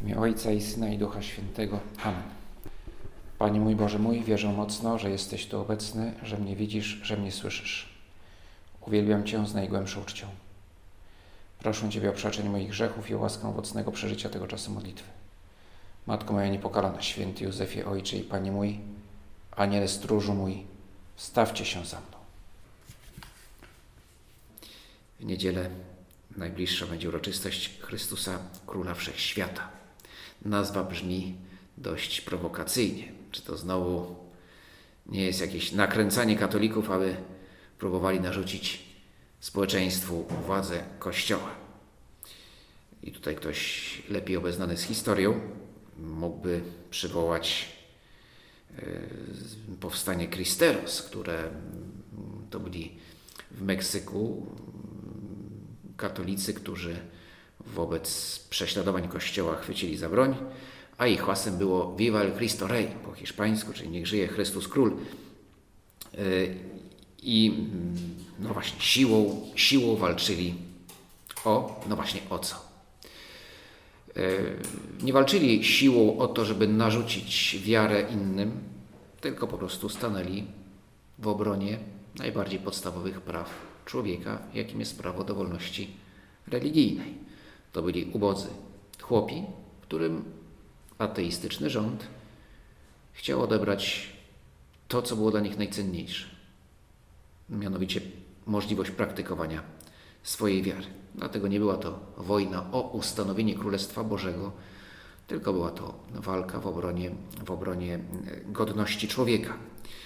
imię Ojca i Syna i Ducha Świętego. Amen. Panie mój, Boże mój, wierzę mocno, że jesteś tu obecny, że mnie widzisz, że mnie słyszysz. Uwielbiam Cię z najgłębszą czcią. Proszę Ciebie o przebaczenie moich grzechów i o łaskę owocnego przeżycia tego czasu modlitwy. Matko moja niepokalana, święty Józefie, Ojcze i Panie mój, Aniele stróżu mój, stawcie się za mną. W niedzielę najbliższa będzie uroczystość Chrystusa Króla Wszechświata. Nazwa brzmi dość prowokacyjnie. Czy to znowu nie jest jakieś nakręcanie katolików, aby próbowali narzucić społeczeństwu władzę Kościoła? I tutaj ktoś lepiej obeznany z historią mógłby przywołać powstanie Cristeros, które to byli w Meksyku katolicy, którzy wobec prześladowań Kościoła chwycili za broń, a ich hasłem było Viva el Cristo Rey po hiszpańsku, czyli niech żyje Chrystus Król. I no właśnie siłą walczyli o co? Nie walczyli siłą o to, żeby narzucić wiarę innym, tylko po prostu stanęli w obronie najbardziej podstawowych praw człowieka, jakim jest prawo do wolności religijnej. To byli ubodzy chłopi, którym ateistyczny rząd chciał odebrać to, co było dla nich najcenniejsze, mianowicie możliwość praktykowania swojej wiary. Dlatego nie była to wojna o ustanowienie Królestwa Bożego, tylko była to walka w obronie godności człowieka.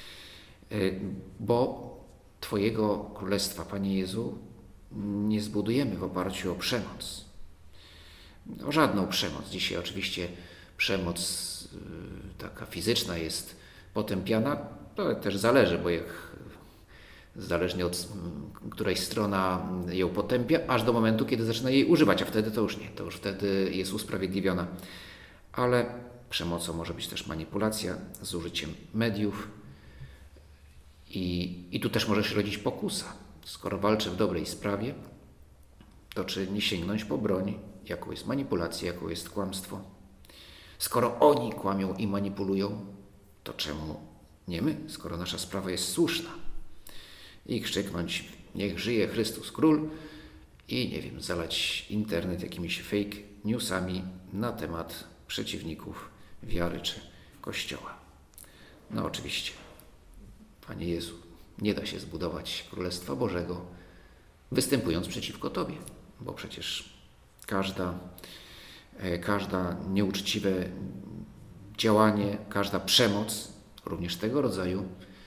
Bo Twojego Królestwa, Panie Jezu, nie zbudujemy w oparciu o przemoc. O żadną przemoc. Dzisiaj oczywiście przemoc taka fizyczna jest potępiana, to też zależy, bo zależnie od której strona ją potępia, aż do momentu, kiedy zaczyna jej używać, a wtedy to już nie, to już wtedy jest usprawiedliwiona. Ale przemocą może być też manipulacja z użyciem mediów i tu też może się rodzić pokusa. Skoro walczę w dobrej sprawie, to czy nie sięgnąć po broń, jaką jest manipulacja, jaką jest kłamstwo? Skoro oni kłamią i manipulują, to czemu nie my, skoro nasza sprawa jest słuszna? I krzyknąć, niech żyje Chrystus Król i, nie wiem, zalać internet jakimiś fake newsami na temat przeciwników wiary czy Kościoła. No oczywiście, Panie Jezu, nie da się zbudować Królestwa Bożego występując przeciwko Tobie, bo przecież każda nieuczciwe działanie, każda przemoc, również tego rodzaju,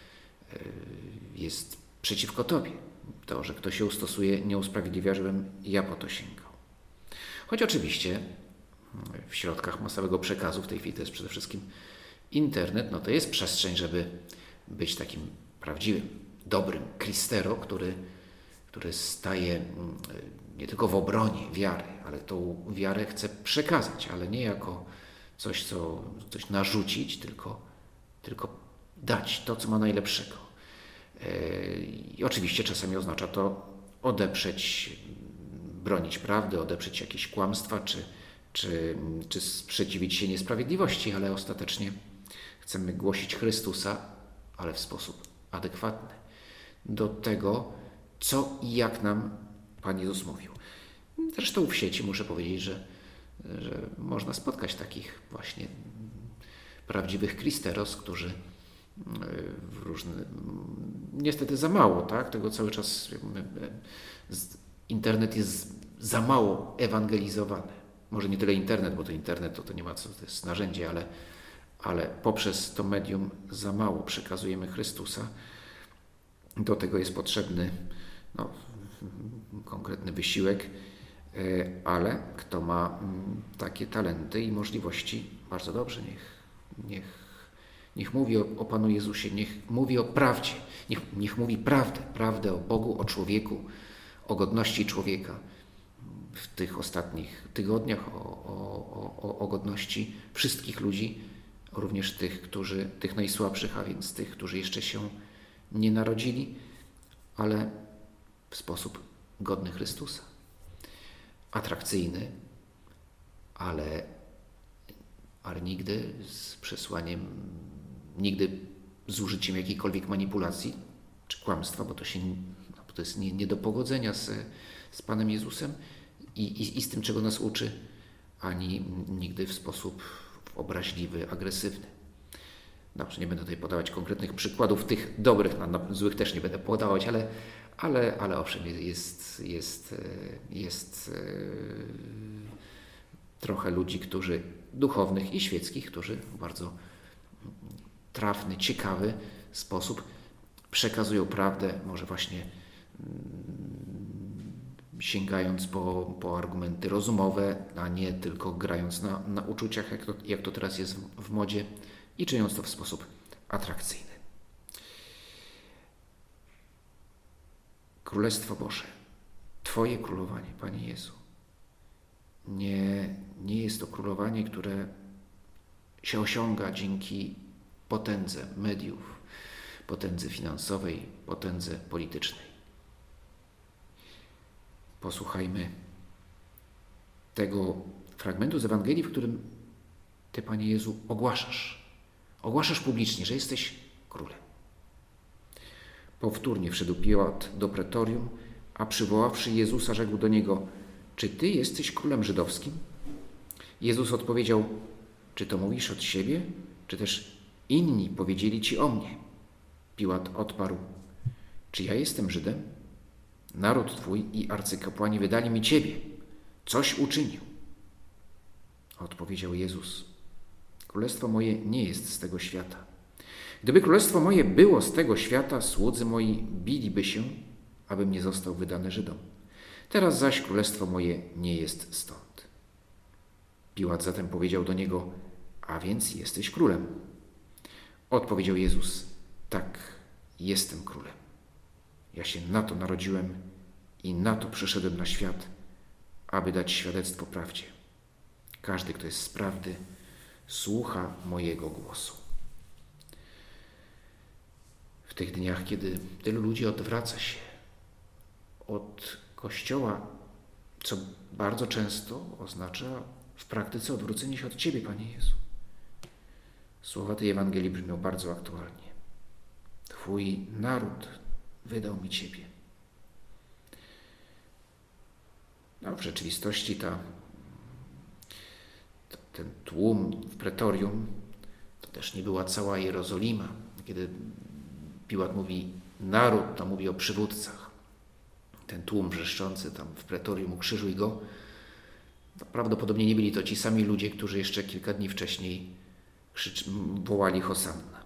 jest przeciwko Tobie. To, że ktoś się stosuje, nie usprawiedliwia, żebym ja po to sięgał. Choć oczywiście w środkach masowego przekazu, w tej chwili to jest przede wszystkim internet, no to jest przestrzeń, żeby być takim prawdziwym, dobrym Cristero, który staje nie tylko w obronie wiary, ale tą wiarę chce przekazać, ale nie jako coś narzucić, tylko dać to, co ma najlepszego. I oczywiście czasami oznacza to bronić prawdy, odeprzeć jakieś kłamstwa, czy sprzeciwić się niesprawiedliwości, ale ostatecznie chcemy głosić Chrystusa, ale w sposób adekwatny do tego, co i jak nam Pan Jezus mówił. Zresztą w sieci muszę powiedzieć, że można spotkać takich właśnie prawdziwych Cristeros, którzy niestety za mało, tak? Tego cały czas internet jest za mało ewangelizowany. Może nie tyle internet, bo to internet to nie ma co, to jest narzędzie, ale poprzez to medium za mało przekazujemy Chrystusa. Do tego jest potrzebny konkretny wysiłek, ale kto ma takie talenty i możliwości, bardzo dobrze, niech mówi o Panu Jezusie, niech mówi o prawdzie, niech mówi prawdę o Bogu, o człowieku, o godności człowieka. W tych ostatnich tygodniach o godności wszystkich ludzi, również tych najsłabszych, a więc tych, którzy jeszcze się nie narodzili, ale w sposób godny Chrystusa. Atrakcyjny, ale ale nigdy z przesłaniem, nigdy z użyciem jakiejkolwiek manipulacji czy kłamstwa, bo to jest nie do pogodzenia z Panem Jezusem i z tym, czego nas uczy, ani nigdy w sposób obraźliwy, agresywny. Dobrze, nie będę tutaj podawać konkretnych przykładów, tych dobrych, złych też nie będę podawać, ale owszem, jest trochę ludzi, duchownych i świeckich, którzy w bardzo trafny, ciekawy sposób przekazują prawdę, może właśnie sięgając po argumenty rozumowe, a nie tylko grając na uczuciach, jak to teraz jest w modzie, i czyniąc to w sposób atrakcyjny. Królestwo Boże, Twoje królowanie, Panie Jezu, nie jest to królowanie, które się osiąga dzięki potędze mediów, potędze finansowej, potędze politycznej. Posłuchajmy tego fragmentu z Ewangelii, w którym Ty, Panie Jezu, ogłaszasz publicznie, że jesteś królem. Powtórnie wszedł Piłat do pretorium, a przywoławszy Jezusa, rzekł do niego: czy Ty jesteś królem żydowskim? Jezus odpowiedział: czy to mówisz od siebie, czy też inni powiedzieli Ci o mnie? Piłat odparł: czy ja jestem Żydem? Naród Twój i arcykapłani wydali mi Ciebie. Coś uczynił. Odpowiedział Jezus: królestwo moje nie jest z tego świata. Gdyby królestwo moje było z tego świata, słudzy moi biliby się, abym nie został wydany Żydom. Teraz zaś królestwo moje nie jest stąd. Piłat zatem powiedział do niego: a więc jesteś królem. Odpowiedział Jezus: tak, jestem królem. Ja się na to narodziłem i na to przyszedłem na świat, aby dać świadectwo prawdzie. Każdy, kto jest z prawdy, słucha mojego głosu. W tych dniach, kiedy tylu ludzi odwraca się od Kościoła, co bardzo często oznacza w praktyce odwrócenie się od Ciebie, Panie Jezu, słowa tej Ewangelii brzmią bardzo aktualnie. Twój naród wydał mi Ciebie. No, w rzeczywistości ten tłum w pretorium to też nie była cała Jerozolima. Kiedy Piłat mówi naród, to mówi o przywódcach. Ten tłum wrzeszczący tam w pretorium: ukrzyżuj go, to prawdopodobnie nie byli to ci sami ludzie, którzy jeszcze kilka dni wcześniej wołali Hosanna.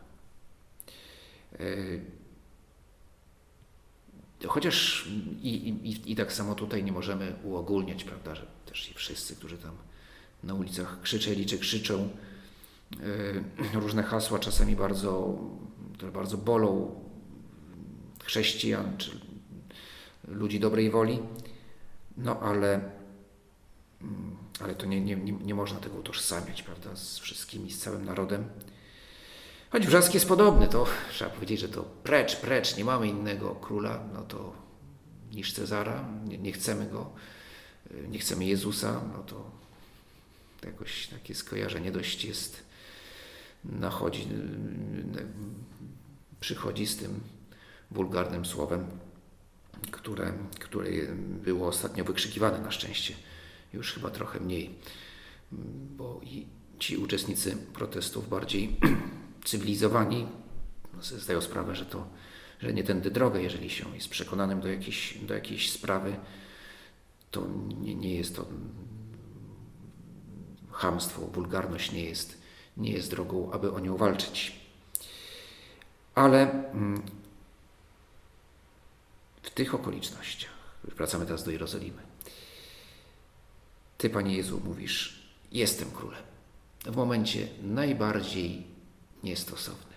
Chociaż i tak samo tutaj nie możemy uogólniać, prawda, że też i wszyscy, którzy tam na ulicach krzyczeli czy krzyczą różne hasła, czasami które bardzo bolą chrześcijan czy ludzi dobrej woli, no ale to nie można tego utożsamiać, prawda, z wszystkimi, z całym narodem. Choć wrzask jest podobny, to trzeba powiedzieć, że to precz, nie mamy innego króla, no to niż Cezara, nie chcemy go, nie chcemy Jezusa, no to jakoś takie skojarzenie dość jest, przychodzi z tym wulgarnym słowem, które było ostatnio wykrzykiwane, na szczęście już chyba trochę mniej, bo i ci uczestnicy protestów bardziej cywilizowani sobie zdają sprawę, że nie tędy droga. Jeżeli się jest przekonanym do jakiejś sprawy, to nie jest to chamstwo, wulgarność nie jest drogą, aby o nią walczyć. Ale w tych okolicznościach, już wracamy teraz do Jerozolimy, Ty, Panie Jezu, mówisz: jestem królem. W momencie najbardziej niestosownym.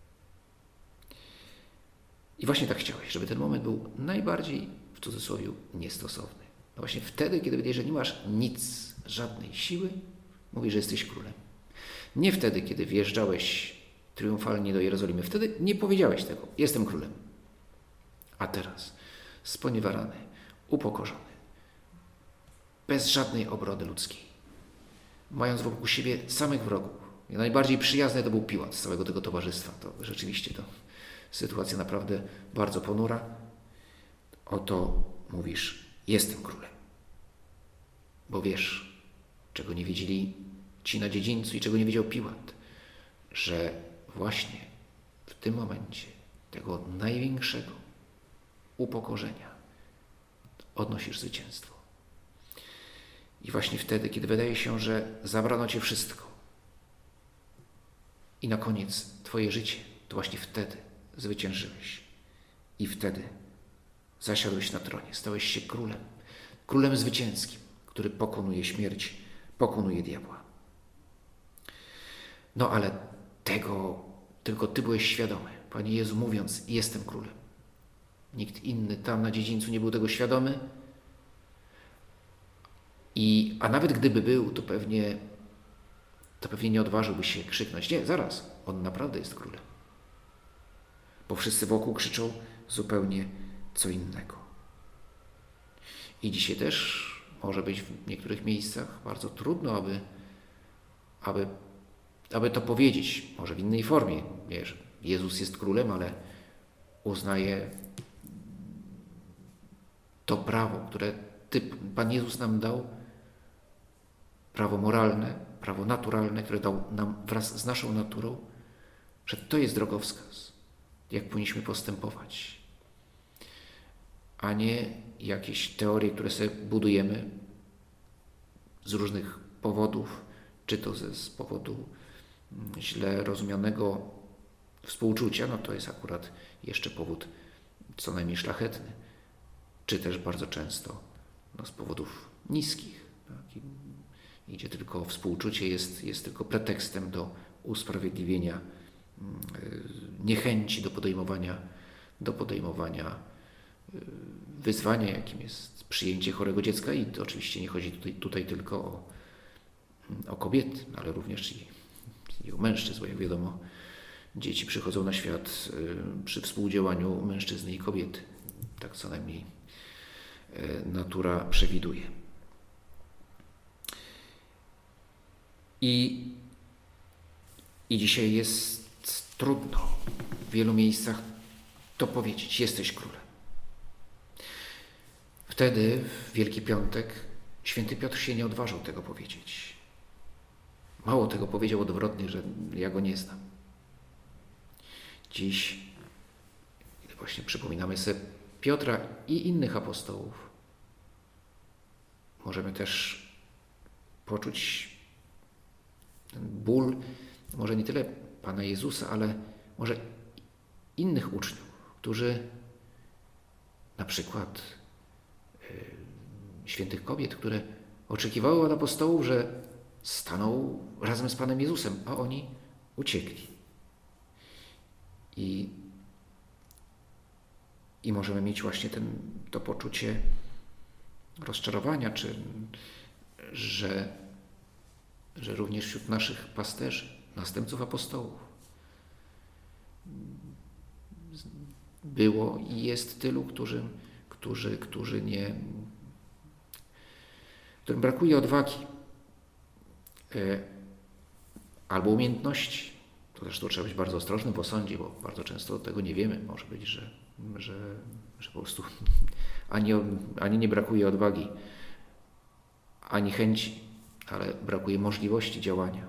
I właśnie tak chciałeś, żeby ten moment był najbardziej, w cudzysłowie, niestosowny. No właśnie wtedy, kiedy wydaje, że nie masz nic, żadnej siły, mówisz, że jesteś królem. Nie wtedy, kiedy wjeżdżałeś triumfalnie do Jerozolimy. Wtedy nie powiedziałeś tego: jestem królem. A teraz, sponiewarany, upokorzony, bez żadnej obrony ludzkiej, mając wokół siebie samych wrogów. I najbardziej przyjazny to był Piłat z całego tego towarzystwa. To rzeczywiście to sytuacja naprawdę bardzo ponura. Oto mówisz, jestem królem. Bo wiesz, czego nie wiedzieli ci na dziedzińcu i czego nie wiedział Piłat, że właśnie w tym momencie tego największego upokorzenia odnosisz zwycięstwo. I właśnie wtedy, kiedy wydaje się, że zabrano Cię wszystko i na koniec Twoje życie, to właśnie wtedy zwyciężyłeś. I wtedy zasiadłeś na tronie, stałeś się królem, królem zwycięskim, który pokonuje śmierć, pokonuje diabła. No ale tego tylko Ty byłeś świadomy, Panie Jezu, mówiąc, jestem królem. Nikt inny tam na dziedzińcu nie był tego świadomy. A nawet gdyby był, to pewnie nie odważyłby się krzyknąć. Nie, zaraz, on naprawdę jest królem. Bo wszyscy wokół krzyczą zupełnie co innego. I dzisiaj też może być w niektórych miejscach bardzo trudno, aby to powiedzieć, może w innej formie. Wiesz, Jezus jest królem, ale uznaje to prawo, które Pan Jezus nam dał, prawo moralne, prawo naturalne, które dał nam wraz z naszą naturą, że to jest drogowskaz, jak powinniśmy postępować, a nie jakieś teorie, które sobie budujemy z różnych powodów, czy to z powodu źle rozumianego współczucia, no to jest akurat jeszcze powód co najmniej szlachetny, czy też bardzo często z powodów niskich. Tak? Gdzie tylko współczucie jest tylko pretekstem do usprawiedliwienia niechęci do podejmowania wyzwania, jakim jest przyjęcie chorego dziecka. I to oczywiście nie chodzi tutaj tylko o kobiety, ale również i o mężczyzn, bo jak wiadomo, dzieci przychodzą na świat przy współdziałaniu mężczyzny i kobiety. Tak co najmniej natura przewiduje. I dzisiaj jest trudno w wielu miejscach to powiedzieć. Jesteś królem. Wtedy, w Wielki Piątek, święty Piotr się nie odważył tego powiedzieć. Mało tego, powiedział odwrotnie, że ja go nie znam. Dziś, kiedy właśnie przypominamy sobie Piotra i innych apostołów, możemy też poczuć ten ból, może nie tyle Pana Jezusa, ale może innych uczniów, którzy na przykład świętych kobiet, które oczekiwały od apostołów, że staną razem z Panem Jezusem, a oni uciekli. I możemy mieć właśnie to poczucie rozczarowania, że również wśród naszych pasterzy, następców apostołów było i jest tylu, którym brakuje odwagi albo umiejętności. To zresztą trzeba być bardzo ostrożnym w osądzie, bo bardzo często tego nie wiemy. Może być, że po prostu ani nie brakuje odwagi, ani chęci, ale brakuje możliwości działania,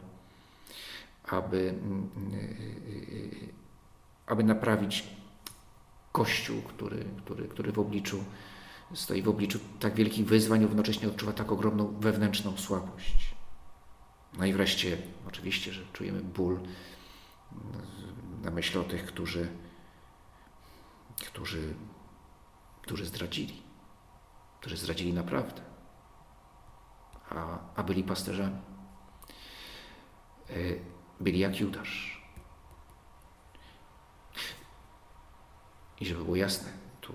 aby naprawić Kościół, który stoi w obliczu tak wielkich wyzwań, jednocześnie odczuwa tak ogromną wewnętrzną słabość. No i wreszcie oczywiście, że czujemy ból na myśl o tych, którzy zdradzili naprawdę, a byli pasterzami. Byli jak Judasz. I żeby było jasne,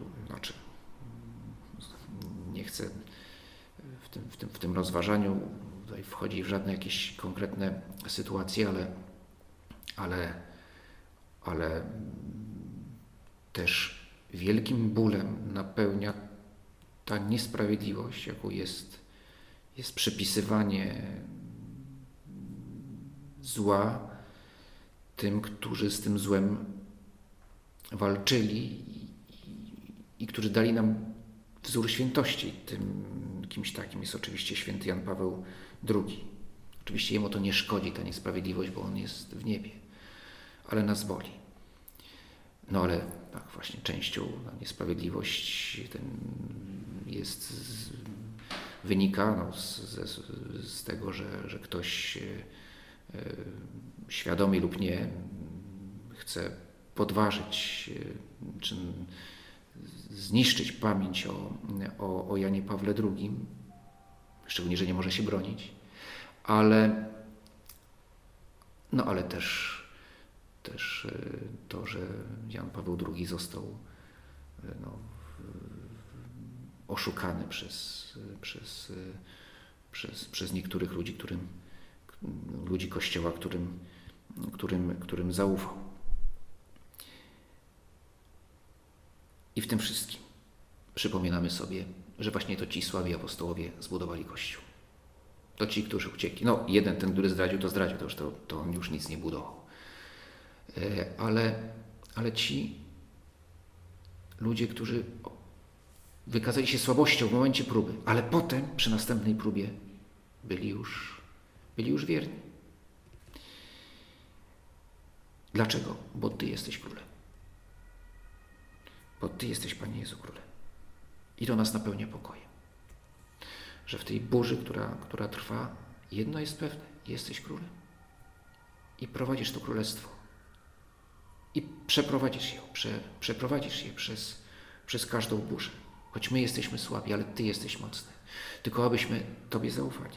nie chcę w tym rozważaniu tutaj wchodzić w żadne jakieś konkretne sytuacje, ale też wielkim bólem napełnia ta niesprawiedliwość, jaką jest przypisywanie zła, tym, którzy z tym złem walczyli i którzy dali nam wzór świętości. Tym kimś takim jest oczywiście święty Jan Paweł II. Oczywiście jemu to nie szkodzi, ta niesprawiedliwość, bo on jest w niebie, ale nas boli. No ale tak właśnie częścią niesprawiedliwość wynika z tego, że ktoś świadomie lub nie chce podważyć czy zniszczyć pamięć o Janie Pawle II, szczególnie, że nie może się bronić, ale też to, że Jan Paweł II został oszukany przez niektórych ludzi, ludzi Kościoła, którym zaufał. I w tym wszystkim przypominamy sobie, że właśnie to ci słabi apostołowie zbudowali Kościół. To ci, którzy uciekli. Jeden, ten, który zdradził, to on już nic nie budował. Ale ci ludzie, którzy wykazali się słabością w momencie próby, ale potem przy następnej próbie byli już wierni. Dlaczego? Bo Ty jesteś królem. Bo Ty jesteś, Panie Jezu, królem. I to nas napełnia pokojem. Że w tej burzy, która trwa, jedno jest pewne. Jesteś królem. I prowadzisz to królestwo. I przeprowadzisz je przez każdą burzę. Choć my jesteśmy słabi, ale Ty jesteś mocny. Tylko abyśmy Tobie zaufali.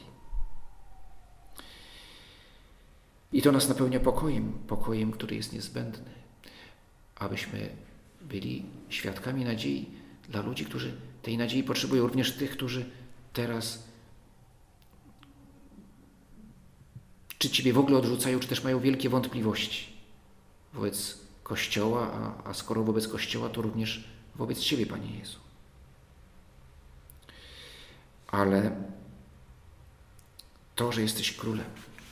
I to nas napełnia pokojem, który jest niezbędny, abyśmy byli świadkami nadziei dla ludzi, którzy tej nadziei potrzebują, również tych, którzy teraz czy Ciebie w ogóle odrzucają, czy też mają wielkie wątpliwości wobec Kościoła, a skoro wobec Kościoła, to również wobec Ciebie, Panie Jezu. Ale to, że jesteś królem,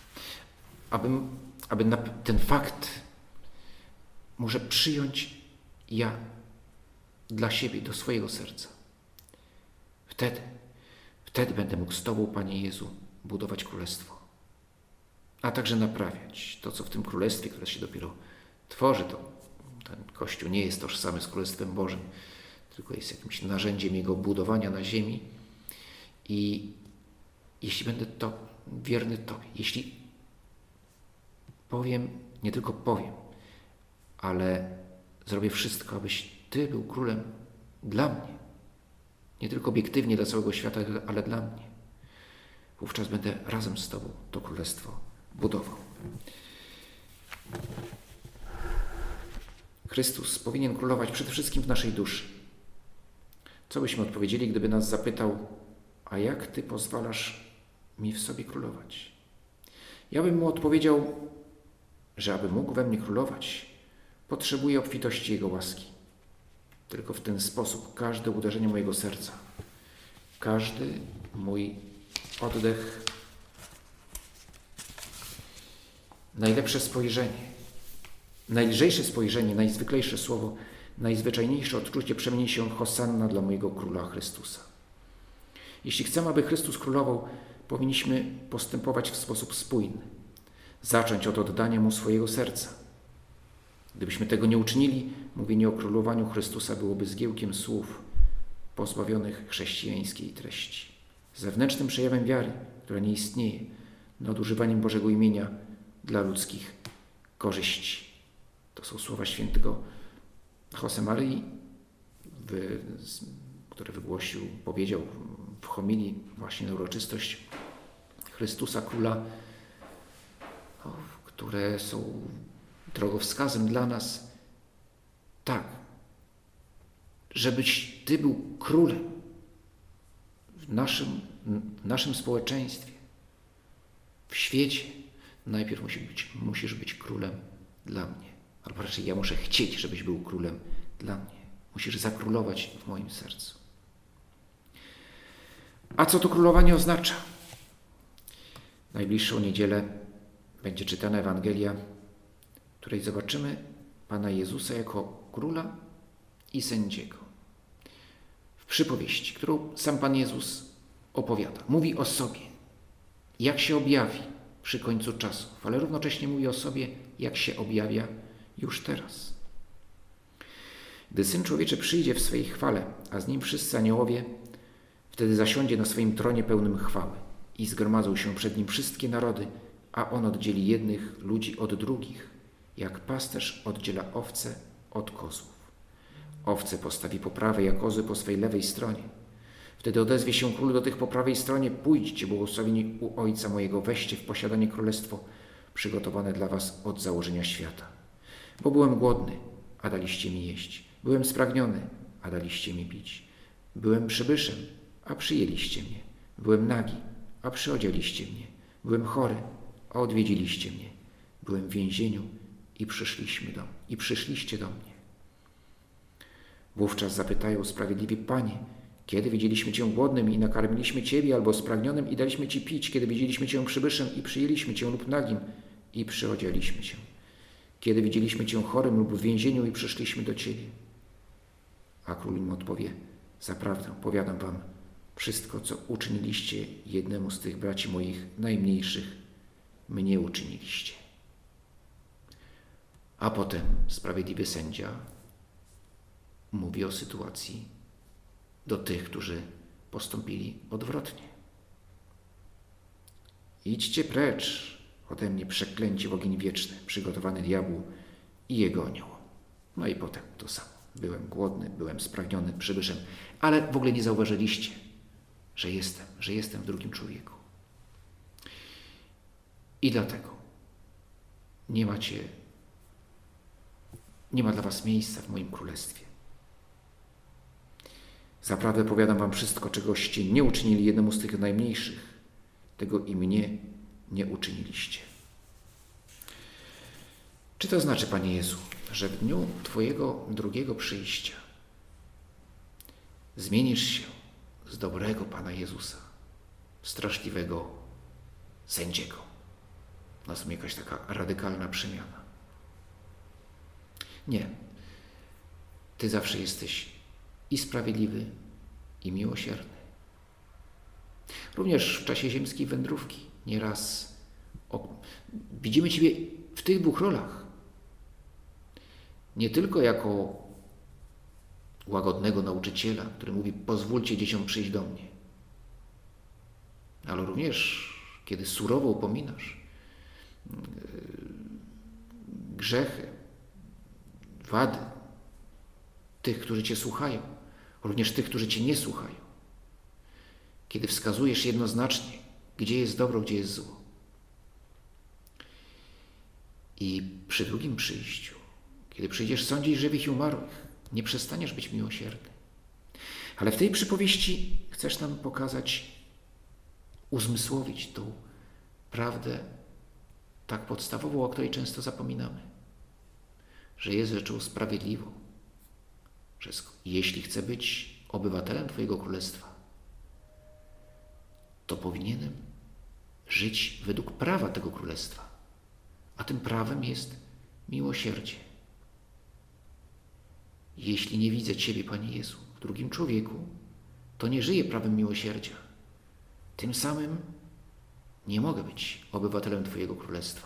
aby ten fakt może przyjąć ja dla siebie, do swojego serca. Wtedy będę mógł z Tobą, Panie Jezu, budować królestwo, a także naprawiać to, co w tym królestwie, które się dopiero tworzy. Ten Kościół nie jest tożsamy z Królestwem Bożym, tylko jest jakimś narzędziem Jego budowania na ziemi. I jeśli będę wierny Tobie, jeśli powiem, nie tylko powiem, ale zrobię wszystko, abyś Ty był królem dla mnie, nie tylko obiektywnie dla całego świata, ale dla mnie, wówczas będę razem z Tobą to królestwo budował. Chrystus powinien królować przede wszystkim w naszej duszy. Co byśmy odpowiedzieli, gdyby nas zapytał, a jak Ty pozwalasz mi w sobie królować? Ja bym mu odpowiedział, że aby mógł we mnie królować, potrzebuję obfitości Jego łaski. Tylko w ten sposób każde uderzenie mojego serca, każdy mój oddech, najlepsze spojrzenie, najlżejsze spojrzenie, najzwyklejsze słowo, najzwyczajniejsze odczucie przemieni się w hosanna dla mojego Króla Chrystusa. Jeśli chcemy, aby Chrystus królował, powinniśmy postępować w sposób spójny, zacząć od oddania Mu swojego serca. Gdybyśmy tego nie uczynili, mówienie o królowaniu Chrystusa byłoby zgiełkiem słów pozbawionych chrześcijańskiej treści, zewnętrznym przejawem wiary, która nie istnieje, nadużywaniem Bożego imienia dla ludzkich korzyści. To są słowa świętego Josemaryi, które powiedział w homilii właśnie na uroczystość Chrystusa Króla, które są drogowskazem dla nas, tak, żebyś Ty był królem w naszym społeczeństwie, w świecie. Najpierw musisz być królem dla mnie. Albo raczej ja muszę chcieć, żebyś był królem dla mnie. Musisz zakrólować w moim sercu. A co to królowanie oznacza? Najbliższą niedzielę będzie czytana Ewangelia, w której zobaczymy Pana Jezusa jako króla i sędziego. W przypowieści, którą sam Pan Jezus opowiada. Mówi o sobie, jak się objawi przy końcu czasów, ale równocześnie mówi o sobie, jak się objawia już teraz. Gdy Syn Człowieczy przyjdzie w swej chwale, a z Nim wszyscy aniołowie, wtedy zasiądzie na swoim tronie pełnym chwały i zgromadzą się przed Nim wszystkie narody, a On oddzieli jednych ludzi od drugich, jak pasterz oddziela owce od kozłów. Owce postawi po prawej, a kozy po swej lewej stronie. Wtedy odezwie się król do tych po prawej stronie: pójdźcie, błogosławieni u Ojca mojego, weźcie w posiadanie królestwo przygotowane dla was od założenia świata. Bo byłem głodny, a daliście mi jeść. Byłem spragniony, a daliście mi pić. Byłem przybyszem, a przyjęliście mnie. Byłem nagi, a przyodzieliście mnie. Byłem chory, a odwiedziliście mnie. Byłem w więzieniu i przyszliście do mnie. Wówczas zapytają sprawiedliwi: Panie, kiedy widzieliśmy Cię głodnym i nakarmiliśmy Ciebie, albo spragnionym i daliśmy Ci pić? Kiedy widzieliśmy Cię przybyszem i przyjęliśmy Cię, lub nagim i przyodzieliśmy Cię? Kiedy widzieliśmy Cię chorym lub w więzieniu i przyszliśmy do Ciebie? A król im odpowie: zaprawdę powiadam wam, wszystko, co uczyniliście jednemu z tych braci moich najmniejszych, mnie uczyniliście. A potem sprawiedliwy sędzia mówi o sytuacji do tych, którzy postąpili odwrotnie. Idźcie precz ode mnie, przeklęci w ogień wieczny, przygotowany diabłu i jego aniołom. No i potem to samo. Byłem głodny, byłem spragniony, przybyszem, ale w ogóle nie zauważyliście, że jestem w drugim człowieku. I dlatego nie ma dla was miejsca w moim królestwie. Zaprawdę powiadam wam, wszystko, czegoście nie uczynili jednemu z tych najmniejszych, tego i mnie nie uczyniliście. Czy to znaczy, Panie Jezu, że w dniu Twojego drugiego przyjścia zmienisz się z dobrego Pana Jezusa w straszliwego sędziego? Nastąpi jakaś taka radykalna przemiana. Nie. Ty zawsze jesteś i sprawiedliwy, i miłosierny. Również w czasie ziemskiej wędrówki nieraz widzimy Ciebie w tych dwóch rolach. Nie tylko jako łagodnego nauczyciela, który mówi: pozwólcie dzieciom przyjść do mnie, ale również kiedy surowo upominasz grzechy, wady tych, którzy Cię słuchają, również tych, którzy Cię nie słuchają. Kiedy wskazujesz jednoznacznie, gdzie jest dobro, gdzie jest zło. I przy drugim przyjściu, kiedy przyjdziesz sądzić żywych i umarłych, nie przestaniesz być miłosierny. Ale w tej przypowieści chcesz nam pokazać, uzmysłowić tą prawdę tak podstawową, o której często zapominamy. Że jest rzeczą sprawiedliwą, że jeśli chcę być obywatelem Twojego Królestwa, to powinienem żyć według prawa tego Królestwa. A tym prawem jest miłosierdzie. Jeśli nie widzę Ciebie, Panie Jezu, w drugim człowieku, to nie żyję prawem miłosierdzia. Tym samym nie mogę być obywatelem Twojego Królestwa.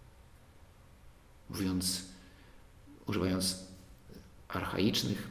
Używając archaicznych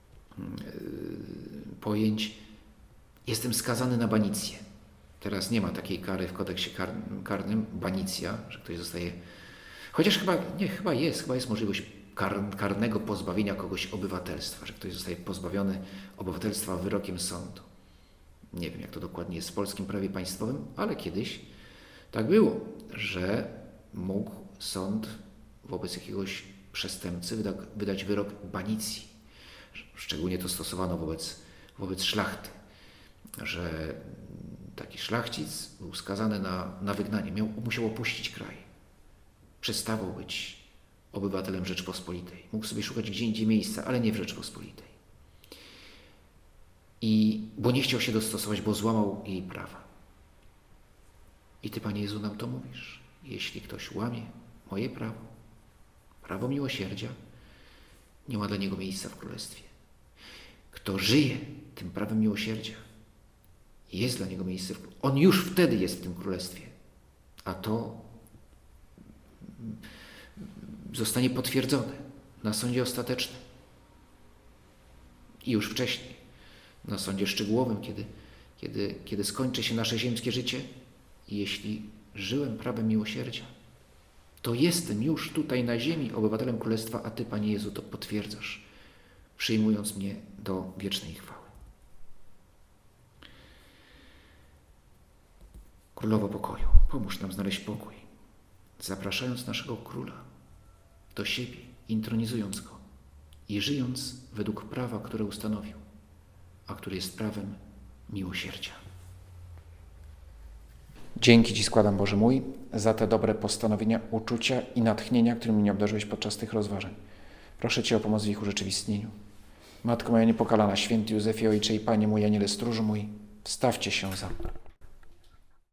pojęć, jestem skazany na banicję. Teraz nie ma takiej kary w kodeksie karnym, banicja, że ktoś zostaje... Chociaż chyba jest możliwość karnego pozbawienia kogoś obywatelstwa, że ktoś zostaje pozbawiony obywatelstwa wyrokiem sądu. Nie wiem, jak to dokładnie jest w polskim prawie państwowym, ale kiedyś tak było, że mógł sąd wobec jakiegoś przestępcy wydać wyrok banicji. Szczególnie to stosowano wobec szlachty, że taki szlachcic był skazany na wygnanie, musiał opuścić kraj. Przestawał być obywatelem Rzeczpospolitej. Mógł sobie szukać gdzie indziej miejsca, ale nie w Rzeczpospolitej. Bo nie chciał się dostosować, bo złamał jej prawa. I Ty, Panie Jezu, nam to mówisz. jeśli ktoś łamie moje prawo, prawo miłosierdzia, nie ma dla niego miejsca w Królestwie. Kto żyje tym prawem miłosierdzia, jest dla niego miejsce. On już wtedy jest w tym Królestwie. A to zostanie potwierdzone na sądzie ostatecznym. I już wcześniej, na sądzie szczegółowym, kiedy skończy się nasze ziemskie życie. I jeśli żyłem prawem miłosierdzia, to jestem już tutaj na ziemi obywatelem Królestwa, a Ty, Panie Jezu, to potwierdzasz, przyjmując mnie do wiecznej chwały. Królowo pokoju, pomóż nam znaleźć pokój, zapraszając naszego Króla do siebie, intronizując Go i żyjąc według prawa, które ustanowił, a które jest prawem miłosierdzia. Dzięki Ci składam, Boże mój, za te dobre postanowienia, uczucia i natchnienia, którymi mnie obdarzyłeś podczas tych rozważań. Proszę Cię o pomoc w ich urzeczywistnieniu. Matko moja niepokalana, święty Józefie, Ojcze i Panie mój, Aniele stróżu mój, wstawcie się za mną.